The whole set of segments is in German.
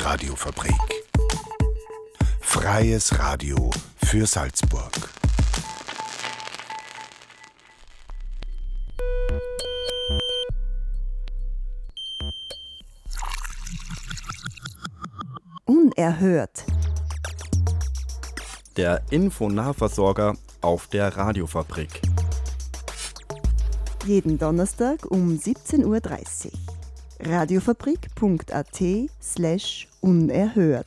Radiofabrik. Freies Radio für Salzburg. Unerhört. Der Infonahversorger auf der Radiofabrik. Jeden Donnerstag um 17.30 Uhr. radiofabrik.at/unerhört.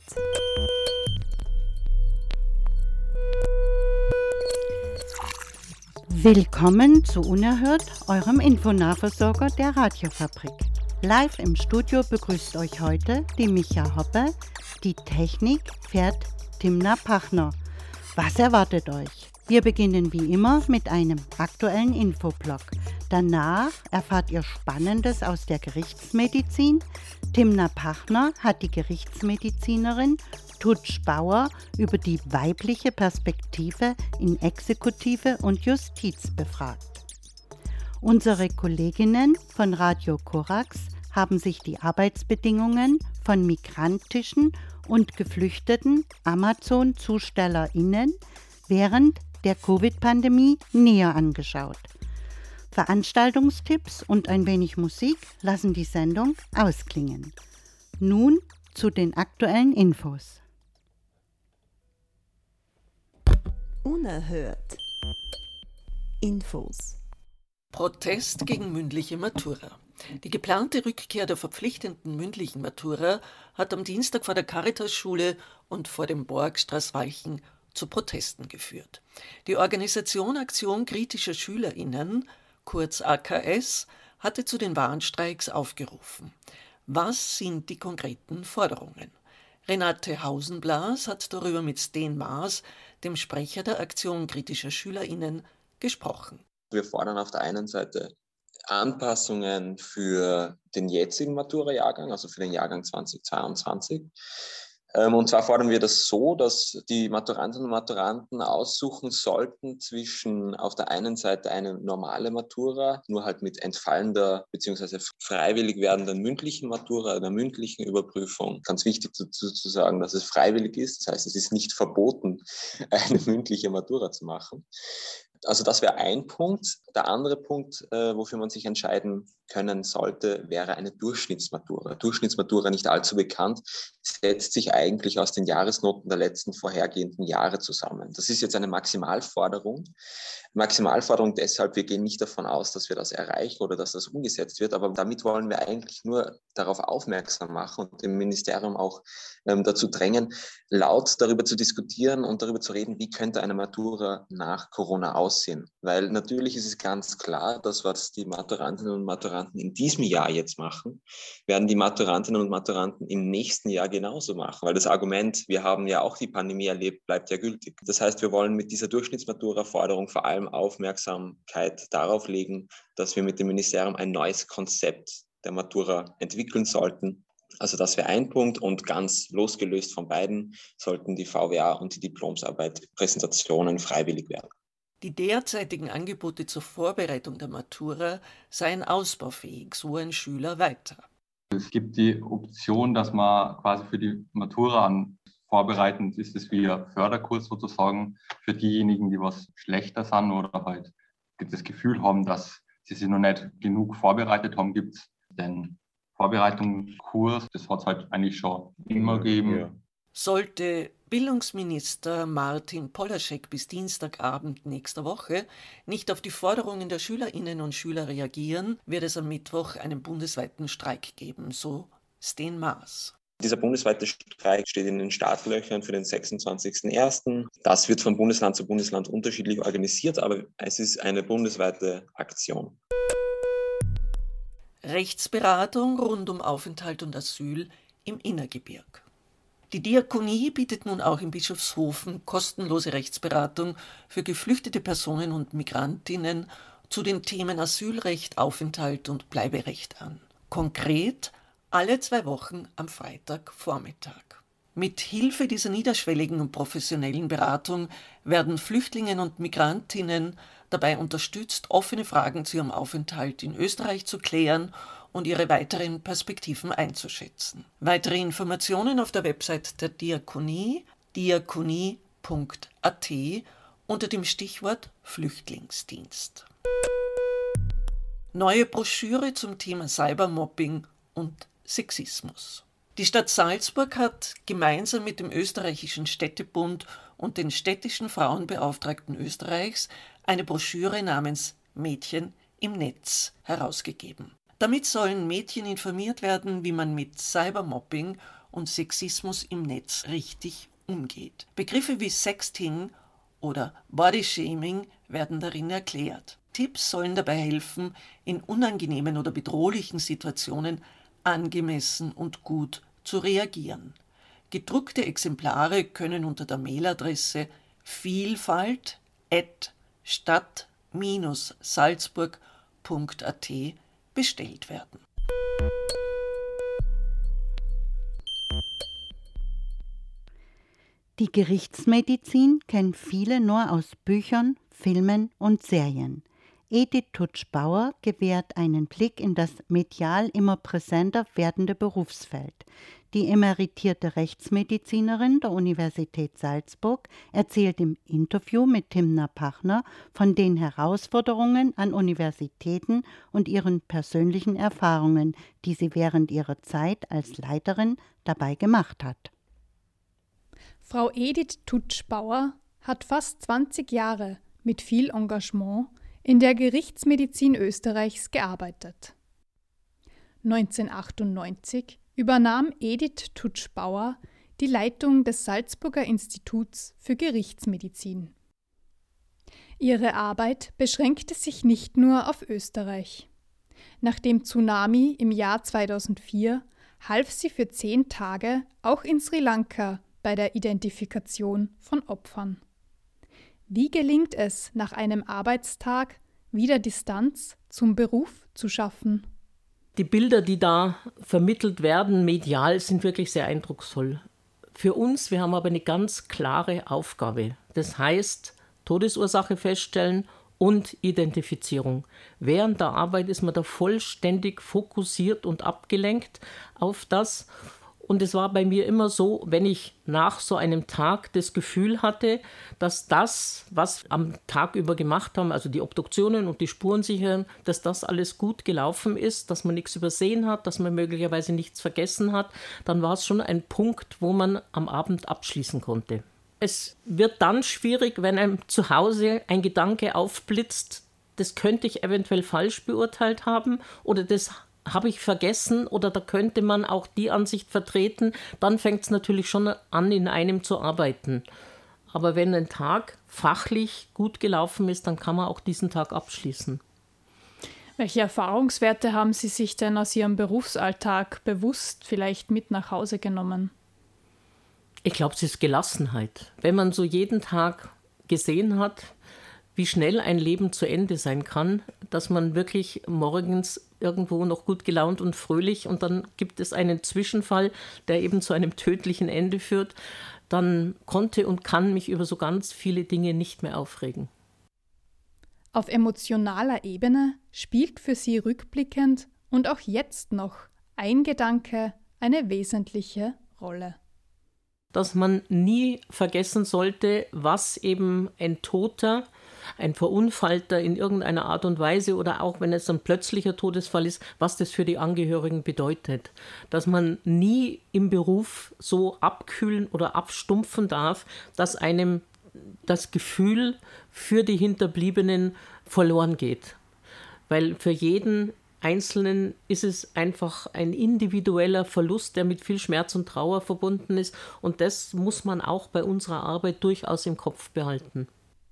Willkommen zu Unerhört, eurem Infonahversorger der Radiofabrik. Live im Studio begrüßt euch heute die Micha Hoppe. Die Technik fährt Timna Pachner. Was erwartet euch? Wir beginnen wie immer mit einem aktuellen Infoblock. Danach erfahrt ihr Spannendes aus der Gerichtsmedizin. Timna Pachner hat die Gerichtsmedizinerin Tutsch Bauer über die weibliche Perspektive in Exekutive und Justiz befragt. Unsere Kolleginnen von Radio Korax haben sich die Arbeitsbedingungen von migrantischen und geflüchteten Amazon-ZustellerInnen während der Covid-Pandemie näher angeschaut. Veranstaltungstipps und ein wenig Musik lassen die Sendung ausklingen. Nun zu den aktuellen Infos. Unerhört. Infos. Protest gegen mündliche Matura. Die geplante Rückkehr der verpflichtenden mündlichen Matura hat am Dienstag vor der Caritas-Schule und vor dem Borg Straßwalchen zu Protesten geführt. Die Organisation Aktion kritischer SchülerInnen, kurz AKS, hatte zu den Warnstreiks aufgerufen. Was sind die konkreten Forderungen? Renate Hausenblas hat darüber mit Sten Maas, dem Sprecher der Aktion kritischer SchülerInnen, gesprochen. Wir fordern auf der einen Seite Anpassungen für den jetzigen Matura-Jahrgang, also für den Jahrgang 2022. Und zwar fordern wir das so, dass die Maturantinnen und Maturanten aussuchen sollten zwischen auf der einen Seite eine normale Matura, nur halt mit entfallender bzw. freiwillig werdenden mündlichen Matura, einer mündlichen Überprüfung. Ganz wichtig dazu zu sagen, dass es freiwillig ist. Das heißt, es ist nicht verboten, eine mündliche Matura zu machen. Also das wäre ein Punkt. Der andere Punkt, wofür man sich entscheiden können sollte, wäre eine Durchschnittsmatura. Durchschnittsmatura, nicht allzu bekannt, setzt sich eigentlich aus den Jahresnoten der letzten vorhergehenden Jahre zusammen. Das ist jetzt eine Maximalforderung. Maximalforderung deshalb, wir gehen nicht davon aus, dass wir das erreichen oder dass das umgesetzt wird, aber damit wollen wir eigentlich nur darauf aufmerksam machen und dem Ministerium auch dazu drängen, laut darüber zu diskutieren und darüber zu reden, wie könnte eine Matura nach Corona aussehen. Weil natürlich ist es ganz klar, dass was die Maturantinnen und Maturanten in diesem Jahr jetzt machen, werden die Maturantinnen und Maturanten im nächsten Jahr genauso machen. Weil das Argument, wir haben ja auch die Pandemie erlebt, bleibt ja gültig. Das heißt, wir wollen mit dieser Durchschnittsmatura-Forderung vor allem Aufmerksamkeit darauf legen, dass wir mit dem Ministerium ein neues Konzept der Matura entwickeln sollten. Also das wäre ein Punkt, und ganz losgelöst von beiden sollten die VWA und die Diplomsarbeit Präsentationen freiwillig werden. Die derzeitigen Angebote zur Vorbereitung der Matura seien ausbaufähig, so ein Schüler weiter. Es gibt die Option, dass man quasi für die Matura vorbereitend ist, es wie ein Förderkurs sozusagen für diejenigen, die was schlechter sind oder halt das Gefühl haben, dass sie sich noch nicht genug vorbereitet haben, gibt es den Vorbereitungskurs. Das hat es halt eigentlich schon immer gegeben. Ja. Sollte Bildungsminister Martin Polaschek bis Dienstagabend nächster Woche nicht auf die Forderungen der Schülerinnen und Schüler reagieren, wird es am Mittwoch einen bundesweiten Streik geben, so Sten Maas. Dieser bundesweite Streik steht in den Startlöchern für den 26.01. Das wird von Bundesland zu Bundesland unterschiedlich organisiert, aber es ist eine bundesweite Aktion. Rechtsberatung rund um Aufenthalt und Asyl im Innergebirg. Die Diakonie bietet nun auch in Bischofshofen kostenlose Rechtsberatung für geflüchtete Personen und Migrantinnen zu den Themen Asylrecht, Aufenthalt und Bleiberecht an. Konkret alle 2 Wochen am Freitagvormittag. Mit Hilfe dieser niederschwelligen und professionellen Beratung werden Flüchtlingen und Migrantinnen dabei unterstützt, offene Fragen zu ihrem Aufenthalt in Österreich zu klären und ihre weiteren Perspektiven einzuschätzen. Weitere Informationen auf der Website der Diakonie, diakonie.at, unter dem Stichwort Flüchtlingsdienst. Neue Broschüre zum Thema Cybermobbing und Sexismus. Die Stadt Salzburg hat gemeinsam mit dem Österreichischen Städtebund und den städtischen Frauenbeauftragten Österreichs eine Broschüre namens Mädchen im Netz herausgegeben. Damit sollen Mädchen informiert werden, wie man mit Cybermobbing und Sexismus im Netz richtig umgeht. Begriffe wie Sexting oder Bodyshaming werden darin erklärt. Tipps sollen dabei helfen, in unangenehmen oder bedrohlichen Situationen angemessen und gut zu reagieren. Gedruckte Exemplare können unter der Mailadresse vielfalt@stadt-salzburg.at bestellt werden. Die Gerichtsmedizin kennen viele nur aus Büchern, Filmen und Serien. Edith Tutsch-Bauer gewährt einen Blick in das medial immer präsenter werdende Berufsfeld. Die emeritierte Rechtsmedizinerin der Universität Salzburg erzählt im Interview mit Timna Pachner von den Herausforderungen an Universitäten und ihren persönlichen Erfahrungen, die sie während ihrer Zeit als Leiterin dabei gemacht hat. Frau Edith Tutsch-Bauer hat fast 20 Jahre mit viel Engagement in der Gerichtsmedizin Österreichs gearbeitet. 1998 übernahm Edith Tutsch-Bauer die Leitung des Salzburger Instituts für Gerichtsmedizin. Ihre Arbeit beschränkte sich nicht nur auf Österreich. Nach dem Tsunami im Jahr 2004 half sie für 10 Tage auch in Sri Lanka bei der Identifikation von Opfern. Wie gelingt es, nach einem Arbeitstag wieder Distanz zum Beruf zu schaffen? Die Bilder, die da vermittelt werden, medial, sind wirklich sehr eindrucksvoll. Für uns, wir haben aber eine ganz klare Aufgabe. Das heißt, Todesursache feststellen und Identifizierung. Während der Arbeit ist man da vollständig fokussiert und abgelenkt auf das. Und es war bei mir immer so, wenn ich nach so einem Tag das Gefühl hatte, dass das, was am Tag über gemacht haben, also die Obduktionen und die Spurensicherung, dass das alles gut gelaufen ist, dass man nichts übersehen hat, dass man möglicherweise nichts vergessen hat, dann war es schon ein Punkt, wo man am Abend abschließen konnte. Es wird dann schwierig, wenn einem zu Hause ein Gedanke aufblitzt, das könnte ich eventuell falsch beurteilt haben oder das habe ich vergessen oder da könnte man auch die Ansicht vertreten, dann fängt es natürlich schon an, in einem zu arbeiten. Aber wenn ein Tag fachlich gut gelaufen ist, dann kann man auch diesen Tag abschließen. Welche Erfahrungswerte haben Sie sich denn aus Ihrem Berufsalltag bewusst vielleicht mit nach Hause genommen? Ich glaube, es ist Gelassenheit. Wenn man so jeden Tag gesehen hat, wie schnell ein Leben zu Ende sein kann, dass man wirklich morgens irgendwo noch gut gelaunt und fröhlich und dann gibt es einen Zwischenfall, der eben zu einem tödlichen Ende führt, dann konnte und kann mich über so ganz viele Dinge nicht mehr aufregen. Auf emotionaler Ebene spielt für Sie rückblickend und auch jetzt noch ein Gedanke eine wesentliche Rolle. Dass man nie vergessen sollte, was eben ein Toter, ein Verunfallter in irgendeiner Art und Weise oder auch wenn es ein plötzlicher Todesfall ist, was das für die Angehörigen bedeutet. Dass man nie im Beruf so abkühlen oder abstumpfen darf, dass einem das Gefühl für die Hinterbliebenen verloren geht. Weil für jeden Einzelnen ist es einfach ein individueller Verlust, der mit viel Schmerz und Trauer verbunden ist. Und das muss man auch bei unserer Arbeit durchaus im Kopf behalten.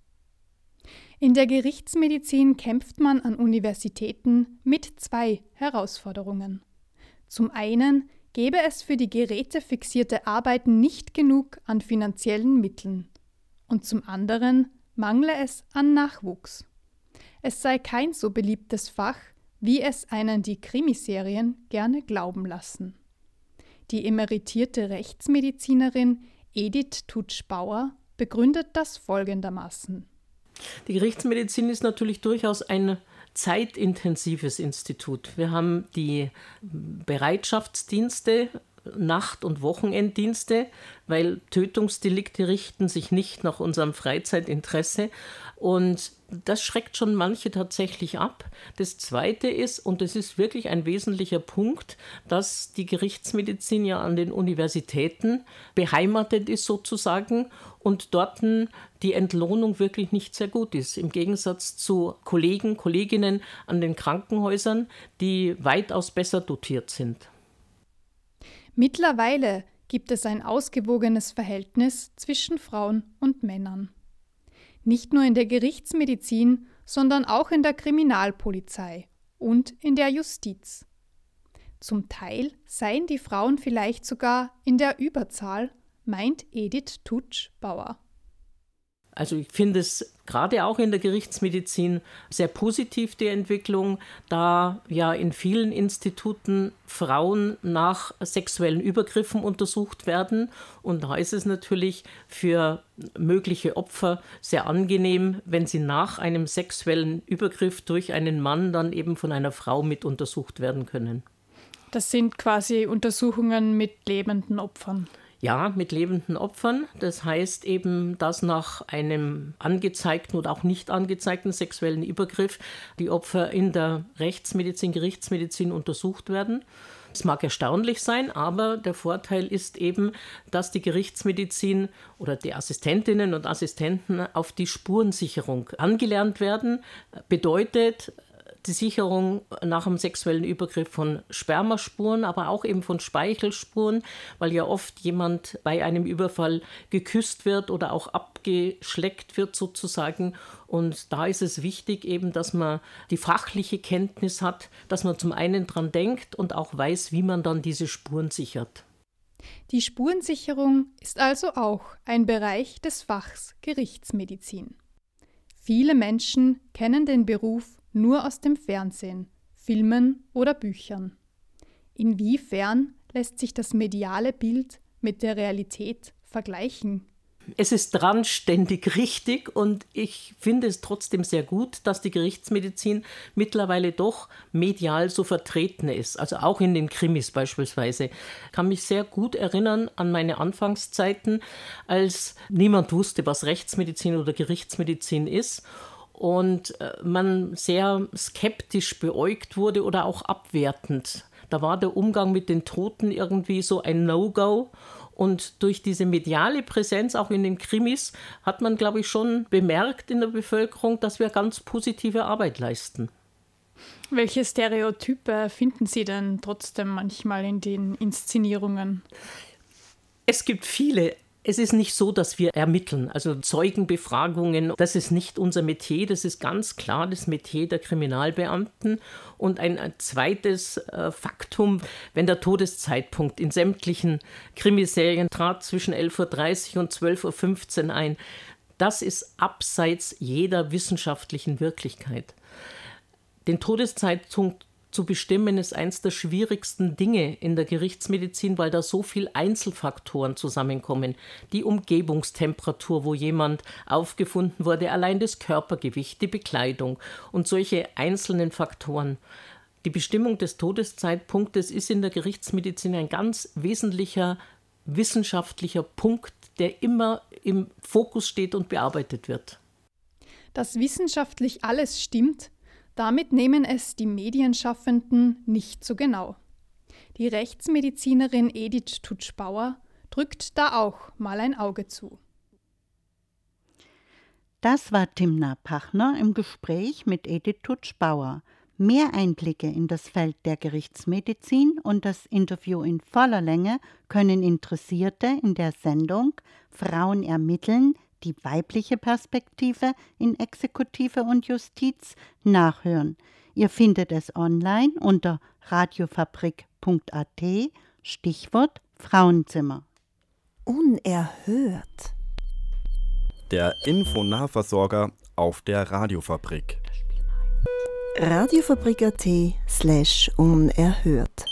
In der Gerichtsmedizin kämpft man an Universitäten mit 2 Herausforderungen. Zum einen gäbe es für die gerätefixierte Arbeit nicht genug an finanziellen Mitteln. Und zum anderen mangle es an Nachwuchs. Es sei kein so beliebtes Fach, wie es einen die Krimiserien gerne glauben lassen. Die emeritierte Rechtsmedizinerin Edith Tutsch-Bauer begründet das folgendermaßen. Die Gerichtsmedizin ist natürlich durchaus ein zeitintensives Institut. Wir haben die Bereitschaftsdienste, Nacht- und Wochenenddienste, weil Tötungsdelikte richten sich nicht nach unserem Freizeitinteresse. Und das schreckt schon manche tatsächlich ab. Das Zweite ist, und das ist wirklich ein wesentlicher Punkt, dass die Gerichtsmedizin ja an den Universitäten beheimatet ist sozusagen und dort die Entlohnung wirklich nicht sehr gut ist. Im Gegensatz zu Kollegen, Kolleginnen an den Krankenhäusern, die weitaus besser dotiert sind. Mittlerweile gibt es ein ausgewogenes Verhältnis zwischen Frauen und Männern. Nicht nur in der Gerichtsmedizin, sondern auch in der Kriminalpolizei und in der Justiz. Zum Teil seien die Frauen vielleicht sogar in der Überzahl, meint Edith Tutsch-Bauer. Also ich finde es gerade auch in der Gerichtsmedizin sehr positiv, die Entwicklung, da ja in vielen Instituten Frauen nach sexuellen Übergriffen untersucht werden. Und da ist es natürlich für mögliche Opfer sehr angenehm, wenn sie nach einem sexuellen Übergriff durch einen Mann dann eben von einer Frau mit untersucht werden können. Das sind quasi Untersuchungen mit lebenden Opfern. Ja, mit lebenden Opfern. Das heißt eben, dass nach einem angezeigten oder auch nicht angezeigten sexuellen Übergriff die Opfer in der Rechtsmedizin, Gerichtsmedizin untersucht werden. Es mag erstaunlich sein, aber der Vorteil ist eben, dass die Gerichtsmedizin oder die Assistentinnen und Assistenten auf die Spurensicherung angelernt werden. Bedeutet, die Sicherung nach einem sexuellen Übergriff von Spermaspuren, aber auch eben von Speichelspuren, weil ja oft jemand bei einem Überfall geküsst wird oder auch abgeschleckt wird sozusagen. Und da ist es wichtig eben, dass man die fachliche Kenntnis hat, dass man zum einen dran denkt und auch weiß, wie man dann diese Spuren sichert. Die Spurensicherung ist also auch ein Bereich des Fachs Gerichtsmedizin. Viele Menschen kennen den Beruf nur aus dem Fernsehen, Filmen oder Büchern. Inwiefern lässt sich das mediale Bild mit der Realität vergleichen? Es ist dran ständig richtig und ich finde es trotzdem sehr gut, dass die Gerichtsmedizin mittlerweile doch medial so vertreten ist, also auch in den Krimis beispielsweise. Ich kann mich sehr gut erinnern an meine Anfangszeiten, als niemand wusste, was Rechtsmedizin oder Gerichtsmedizin ist und man sehr skeptisch beäugt wurde oder auch abwertend. Da war der Umgang mit den Toten irgendwie so ein No-Go. Und durch diese mediale Präsenz, auch in den Krimis, hat man, glaube ich, schon bemerkt in der Bevölkerung, dass wir ganz positive Arbeit leisten. Welche Stereotype finden Sie denn trotzdem manchmal in den Inszenierungen? Es gibt viele. Es ist nicht so, dass wir ermitteln, also Zeugenbefragungen, das ist nicht unser Metier, das ist ganz klar das Metier der Kriminalbeamten. Und ein zweites Faktum, wenn der Todeszeitpunkt in sämtlichen Krimiserien trat zwischen 11.30 Uhr und 12.15 Uhr ein, das ist abseits jeder wissenschaftlichen Wirklichkeit. Den Todeszeitpunkt zu bestimmen ist eines der schwierigsten Dinge in der Gerichtsmedizin, weil da so viele Einzelfaktoren zusammenkommen. Die Umgebungstemperatur, wo jemand aufgefunden wurde, allein das Körpergewicht, die Bekleidung und solche einzelnen Faktoren. Die Bestimmung des Todeszeitpunktes ist in der Gerichtsmedizin ein ganz wesentlicher wissenschaftlicher Punkt, der immer im Fokus steht und bearbeitet wird. Dass wissenschaftlich alles stimmt, damit nehmen es die Medienschaffenden nicht so genau. Die Rechtsmedizinerin Edith Tutsch-Bauer drückt da auch mal ein Auge zu. Das war Timna Pachner im Gespräch mit Edith Tutsch-Bauer. Mehr Einblicke in das Feld der Gerichtsmedizin und das Interview in voller Länge können Interessierte in der Sendung Frauen ermitteln, die weibliche Perspektive in Exekutive und Justiz nachhören. Ihr findet es online unter radiofabrik.at, Stichwort Frauenzimmer. Unerhört. Der Infonahversorger auf der Radiofabrik. Radiofabrik.at/unerhört.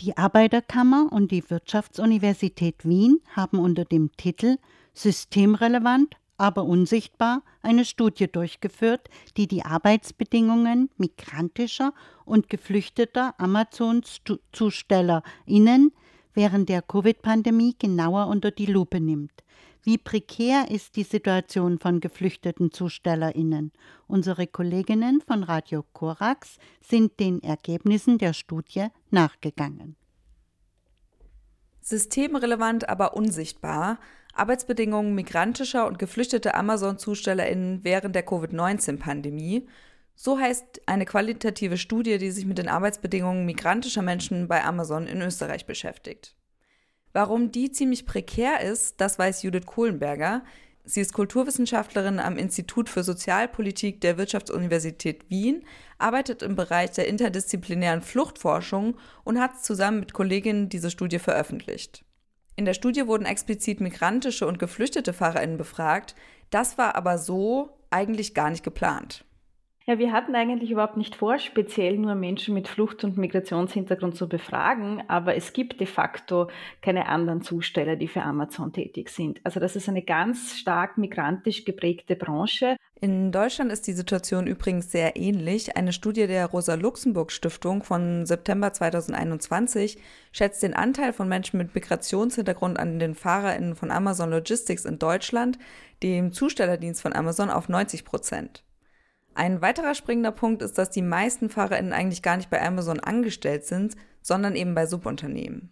Die Arbeiterkammer und die Wirtschaftsuniversität Wien haben unter dem Titel Systemrelevant, aber unsichtbar eine Studie durchgeführt, die die Arbeitsbedingungen migrantischer und geflüchteter Amazon-ZustellerInnen während der Covid-Pandemie genauer unter die Lupe nimmt. Wie prekär ist die Situation von geflüchteten ZustellerInnen? Unsere Kolleginnen von Radio Korax sind den Ergebnissen der Studie nachgegangen. Systemrelevant, aber unsichtbar. Arbeitsbedingungen migrantischer und geflüchteter Amazon-ZustellerInnen während der Covid-19-Pandemie. So heißt eine qualitative Studie, die sich mit den Arbeitsbedingungen migrantischer Menschen bei Amazon in Österreich beschäftigt. Warum die ziemlich prekär ist, das weiß Judith Kohlenberger. Sie ist Kulturwissenschaftlerin am Institut für Sozialpolitik der Wirtschaftsuniversität Wien, arbeitet im Bereich der interdisziplinären Fluchtforschung und hat zusammen mit Kolleginnen diese Studie veröffentlicht. In der Studie wurden explizit migrantische und geflüchtete FahrerInnen befragt. Das war aber so eigentlich gar nicht geplant. Ja, wir hatten eigentlich überhaupt nicht vor, speziell nur Menschen mit Flucht- und Migrationshintergrund zu befragen, aber es gibt de facto keine anderen Zusteller, die für Amazon tätig sind. Also das ist eine ganz stark migrantisch geprägte Branche. In Deutschland ist die Situation übrigens sehr ähnlich. Eine Studie der Rosa-Luxemburg-Stiftung von September 2021 schätzt den Anteil von Menschen mit Migrationshintergrund an den FahrerInnen von Amazon Logistics in Deutschland, dem Zustellerdienst von Amazon, auf 90%. Ein weiterer springender Punkt ist, dass die meisten FahrerInnen eigentlich gar nicht bei Amazon angestellt sind, sondern eben bei Subunternehmen.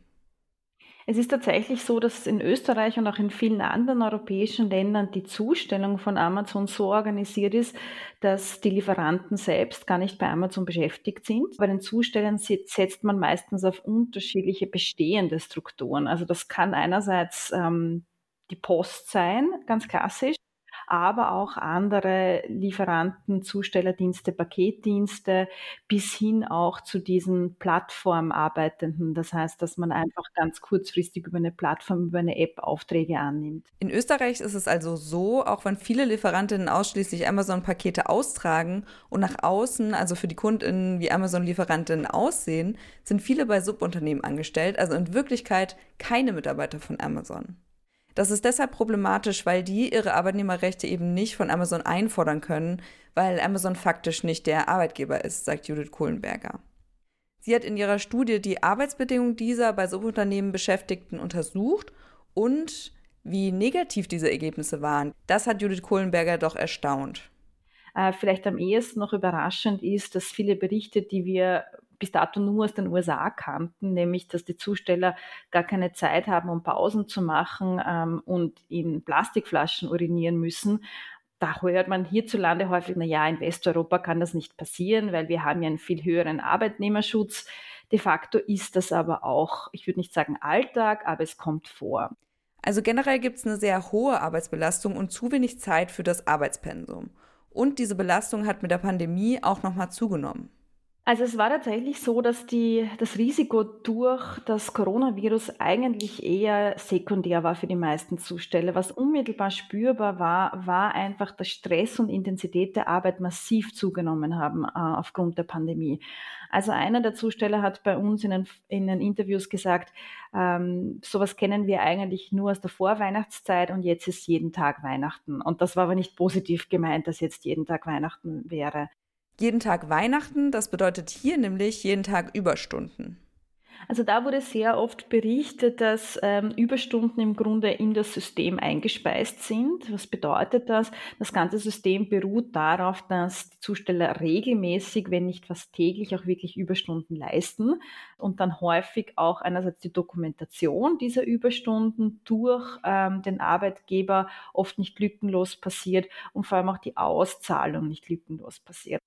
Es ist tatsächlich so, dass in Österreich und auch in vielen anderen europäischen Ländern die Zustellung von Amazon so organisiert ist, dass die Lieferanten selbst gar nicht bei Amazon beschäftigt sind. Bei den Zustellern setzt man meistens auf unterschiedliche bestehende Strukturen. Also das kann einerseits die Post sein, ganz klassisch, aber auch andere Lieferanten, Zustellerdienste, Paketdienste, bis hin auch zu diesen Plattformarbeitenden. Das heißt, dass man einfach ganz kurzfristig über eine Plattform, über eine App Aufträge annimmt. In Österreich ist es also so, auch wenn viele Lieferantinnen ausschließlich Amazon-Pakete austragen und nach außen, also für die KundInnen wie Amazon-Lieferantinnen aussehen, sind viele bei Subunternehmen angestellt, also in Wirklichkeit keine Mitarbeiter von Amazon. Das ist deshalb problematisch, weil die ihre Arbeitnehmerrechte eben nicht von Amazon einfordern können, weil Amazon faktisch nicht der Arbeitgeber ist, sagt Judith Kohlenberger. Sie hat in ihrer Studie die Arbeitsbedingungen dieser bei Subunternehmen Beschäftigten untersucht und wie negativ diese Ergebnisse waren. Das hat Judith Kohlenberger doch erstaunt. Vielleicht am ehesten noch überraschend ist, dass viele Berichte, die wir bis dato nur aus den USA kannten, nämlich dass die Zusteller gar keine Zeit haben, um Pausen zu machen und in Plastikflaschen urinieren müssen. Da hört man hierzulande häufig, naja, in Westeuropa kann das nicht passieren, weil wir haben ja einen viel höheren Arbeitnehmerschutz. De facto ist das aber auch, ich würde nicht sagen Alltag, aber es kommt vor. Also generell gibt es eine sehr hohe Arbeitsbelastung und zu wenig Zeit für das Arbeitspensum. Und diese Belastung hat mit der Pandemie auch nochmal zugenommen. Also es war tatsächlich so, dass das Risiko durch das Coronavirus eigentlich eher sekundär war für die meisten Zusteller. Was unmittelbar spürbar war einfach, dass Stress und Intensität der Arbeit massiv zugenommen haben aufgrund der Pandemie. Also einer der Zusteller hat bei uns in den Interviews gesagt, sowas kennen wir eigentlich nur aus der Vorweihnachtszeit und jetzt ist jeden Tag Weihnachten. Und das war aber nicht positiv gemeint, dass jetzt jeden Tag Weihnachten wäre. Jeden Tag Weihnachten, das bedeutet hier nämlich jeden Tag Überstunden. Also da wurde sehr oft berichtet, dass Überstunden im Grunde in das System eingespeist sind. Was bedeutet das? Das ganze System beruht darauf, dass die Zusteller regelmäßig, wenn nicht fast täglich, auch wirklich Überstunden leisten und dann häufig auch einerseits die Dokumentation dieser Überstunden durch den Arbeitgeber oft nicht lückenlos passiert und vor allem auch die Auszahlung nicht lückenlos passiert.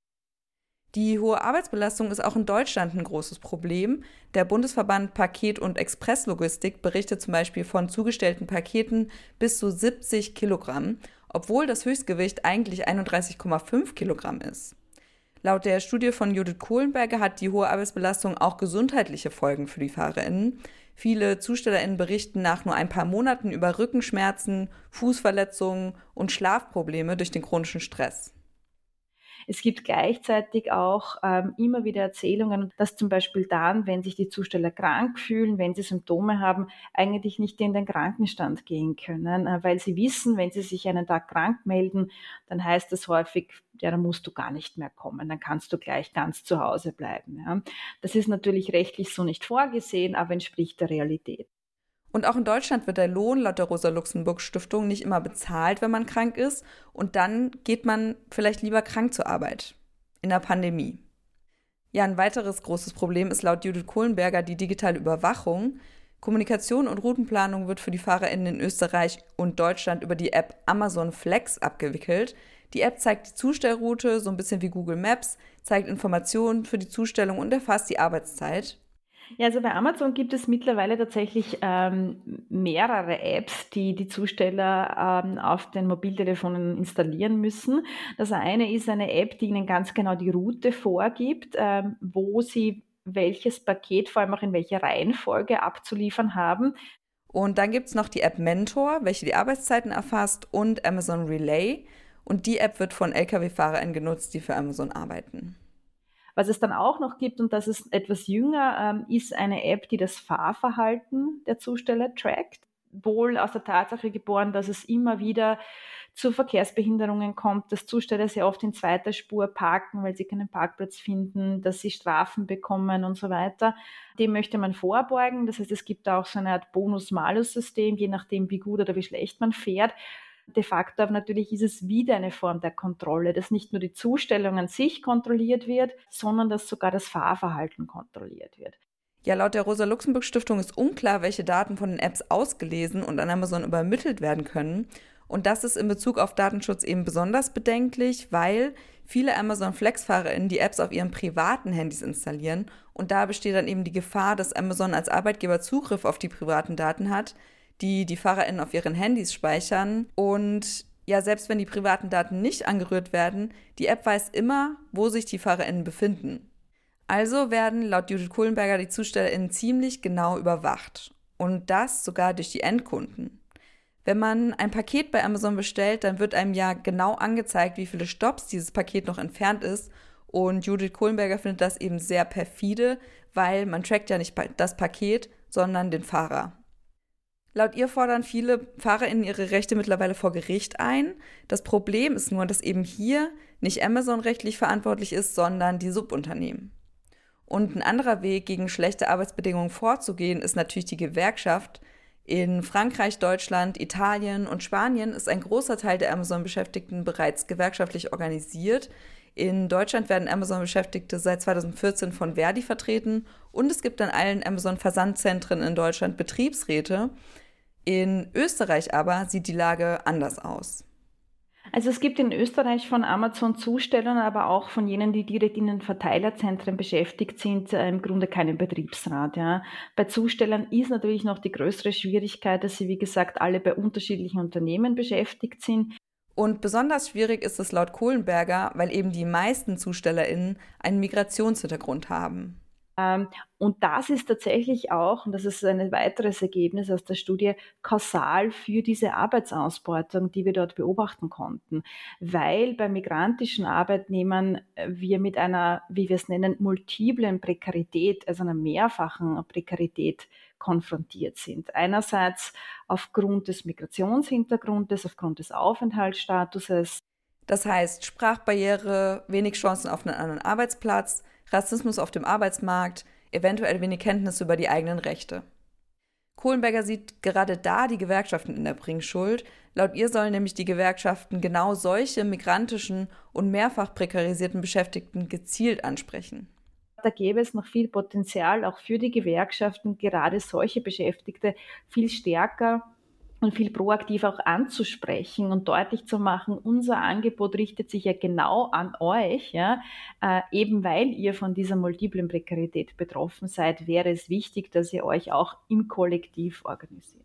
Die hohe Arbeitsbelastung ist auch in Deutschland ein großes Problem. Der Bundesverband Paket- und Expresslogistik berichtet zum Beispiel von zugestellten Paketen bis zu 70 Kilogramm, obwohl das Höchstgewicht eigentlich 31,5 Kilogramm ist. Laut der Studie von Judith Kohlenberger hat die hohe Arbeitsbelastung auch gesundheitliche Folgen für die FahrerInnen. Viele ZustellerInnen berichten nach nur ein paar Monaten über Rückenschmerzen, Fußverletzungen und Schlafprobleme durch den chronischen Stress. Es gibt gleichzeitig auch immer wieder Erzählungen, dass zum Beispiel dann, wenn sich die Zusteller krank fühlen, wenn sie Symptome haben, eigentlich nicht in den Krankenstand gehen können, weil sie wissen, wenn sie sich einen Tag krank melden, dann heißt das häufig, ja, dann musst du gar nicht mehr kommen, dann kannst du gleich ganz zu Hause bleiben. Ja. Das ist natürlich rechtlich so nicht vorgesehen, aber entspricht der Realität. Und auch in Deutschland wird der Lohn laut der Rosa-Luxemburg-Stiftung nicht immer bezahlt, wenn man krank ist. Und dann geht man vielleicht lieber krank zur Arbeit. In der Pandemie. Ja, ein weiteres großes Problem ist laut Judith Kohlenberger die digitale Überwachung. Kommunikation und Routenplanung wird für die FahrerInnen in Österreich und Deutschland über die App Amazon Flex abgewickelt. Die App zeigt die Zustellroute, so ein bisschen wie Google Maps, zeigt Informationen für die Zustellung und erfasst die Arbeitszeit. Ja, also bei Amazon gibt es mittlerweile tatsächlich mehrere Apps, die die Zusteller auf den Mobiltelefonen installieren müssen. Das eine ist eine App, die ihnen ganz genau die Route vorgibt, wo sie welches Paket vor allem auch in welcher Reihenfolge abzuliefern haben. Und dann gibt es noch die App Mentor, welche die Arbeitszeiten erfasst, und Amazon Relay. Und die App wird von Lkw-FahrerInnen genutzt, die für Amazon arbeiten. Was es dann auch noch gibt, und das ist etwas jünger, ist eine App, die das Fahrverhalten der Zusteller trackt. Wohl aus der Tatsache geboren, dass es immer wieder zu Verkehrsbehinderungen kommt, dass Zusteller sehr oft in zweiter Spur parken, weil sie keinen Parkplatz finden, dass sie Strafen bekommen und so weiter. Dem möchte man vorbeugen. Das heißt, es gibt auch so eine Art Bonus-Malus-System, je nachdem, wie gut oder wie schlecht man fährt. De facto aber natürlich ist es wieder eine Form der Kontrolle, dass nicht nur die Zustellung an sich kontrolliert wird, sondern dass sogar das Fahrverhalten kontrolliert wird. Ja, laut der Rosa-Luxemburg-Stiftung ist unklar, welche Daten von den Apps ausgelesen und an Amazon übermittelt werden können. Und das ist in Bezug auf Datenschutz eben besonders bedenklich, weil viele Amazon Flex-FahrerInnen die Apps auf ihren privaten Handys installieren. Und da besteht dann eben die Gefahr, dass Amazon als Arbeitgeber Zugriff auf die privaten Daten hat, die FahrerInnen auf ihren Handys speichern. Und ja, selbst wenn die privaten Daten nicht angerührt werden, die App weiß immer, wo sich die FahrerInnen befinden. Also werden laut Judith Kohlenberger die ZustellerInnen ziemlich genau überwacht. Und das sogar durch die Endkunden. Wenn man ein Paket bei Amazon bestellt, dann wird einem ja genau angezeigt, wie viele Stopps dieses Paket noch entfernt ist. Und Judith Kohlenberger findet das eben sehr perfide, weil man trackt ja nicht das Paket, sondern den Fahrer. Laut ihr fordern viele FahrerInnen ihre Rechte mittlerweile vor Gericht ein. Das Problem ist nur, dass eben hier nicht Amazon rechtlich verantwortlich ist, sondern die Subunternehmen. Und ein anderer Weg, gegen schlechte Arbeitsbedingungen vorzugehen, ist natürlich die Gewerkschaft. In Frankreich, Deutschland, Italien und Spanien ist ein großer Teil der Amazon-Beschäftigten bereits gewerkschaftlich organisiert. In Deutschland werden Amazon-Beschäftigte seit 2014 von Verdi vertreten und es gibt an allen Amazon-Versandzentren in Deutschland Betriebsräte. In Österreich aber sieht die Lage anders aus. Also es gibt in Österreich von Amazon-Zustellern, aber auch von jenen, die direkt in den Verteilerzentren beschäftigt sind, im Grunde keinen Betriebsrat. Ja. Bei Zustellern ist natürlich noch die größere Schwierigkeit, dass sie, wie gesagt, alle bei unterschiedlichen Unternehmen beschäftigt sind. Und besonders schwierig ist es laut Kohlenberger, weil eben die meisten ZustellerInnen einen Migrationshintergrund haben. Und das ist tatsächlich auch, und das ist ein weiteres Ergebnis aus der Studie, kausal für diese Arbeitsausbeutung, die wir dort beobachten konnten. Weil bei migrantischen Arbeitnehmern wir mit einer, wie wir es nennen, multiplen Prekarität, also einer mehrfachen Prekarität konfrontiert sind. Einerseits aufgrund des Migrationshintergrundes, aufgrund des Aufenthaltsstatuses. Das heißt Sprachbarriere, wenig Chancen auf einen anderen Arbeitsplatz, Rassismus auf dem Arbeitsmarkt, eventuell wenig Kenntnis über die eigenen Rechte. Kohlenberger sieht gerade da die Gewerkschaften in der Bringschuld. Laut ihr sollen nämlich die Gewerkschaften genau solche migrantischen und mehrfach prekarisierten Beschäftigten gezielt ansprechen. Da gäbe es noch viel Potenzial, auch für die Gewerkschaften, gerade solche Beschäftigte viel stärker und viel proaktiv auch anzusprechen und deutlich zu machen, unser Angebot richtet sich ja genau an euch, ja, eben weil ihr von dieser multiplen Prekarität betroffen seid, wäre es wichtig, dass ihr euch auch im Kollektiv organisiert.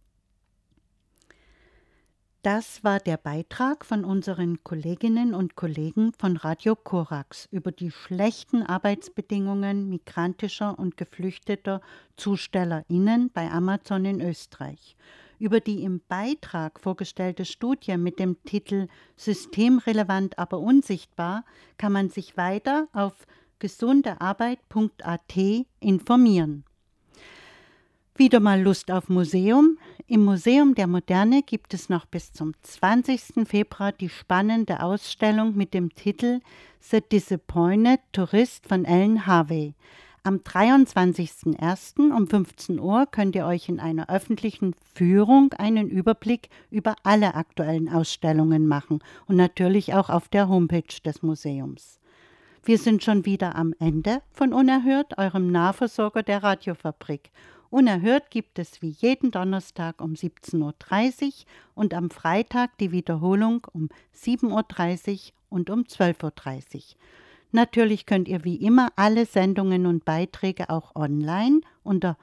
Das war der Beitrag von unseren Kolleginnen und Kollegen von Radio Korax über die schlechten Arbeitsbedingungen migrantischer und geflüchteter ZustellerInnen bei Amazon in Österreich. Über die im Beitrag vorgestellte Studie mit dem Titel Systemrelevant, aber unsichtbar kann man sich weiter auf gesundearbeit.at informieren. Wieder mal Lust auf Museum? Im Museum der Moderne gibt es noch bis zum 20. Februar die spannende Ausstellung mit dem Titel The Disappointed Tourist von Ellen Harvey. Am 23.01. um 15 Uhr könnt ihr euch in einer öffentlichen Führung einen Überblick über alle aktuellen Ausstellungen machen und natürlich auch auf der Homepage des Museums. Wir sind schon wieder am Ende von Unerhört, eurem Nahversorger der Radiofabrik. Unerhört gibt es wie jeden Donnerstag um 17.30 Uhr und am Freitag die Wiederholung um 7.30 Uhr und um 12.30 Uhr. Natürlich könnt ihr wie immer alle Sendungen und Beiträge auch online unter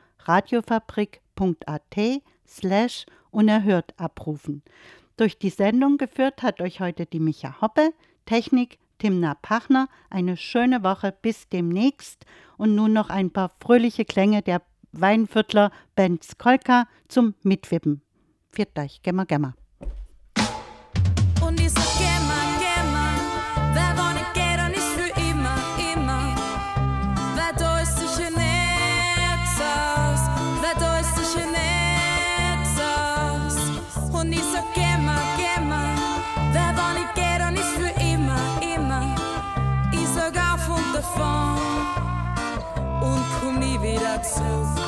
radiofabrik.at/unerhört abrufen. Durch die Sendung geführt hat euch heute die Micha Hoppe, Technik Timna Pachner. Eine schöne Woche, bis demnächst und nun noch ein paar fröhliche Klänge der Weinviertler Band Skolka zum Mitwippen. Viert euch, gemma, gemma. Und ich sag gemma, gemma, wer war nicht geht und nicht für immer, immer. Wer da ist sicher nichts aus, wer da ist sicher nichts aus. Und ich sag gemma, gemma, wer war nicht geht und nicht für immer, immer. Ich sag auf und davon und komm nie wieder zurück.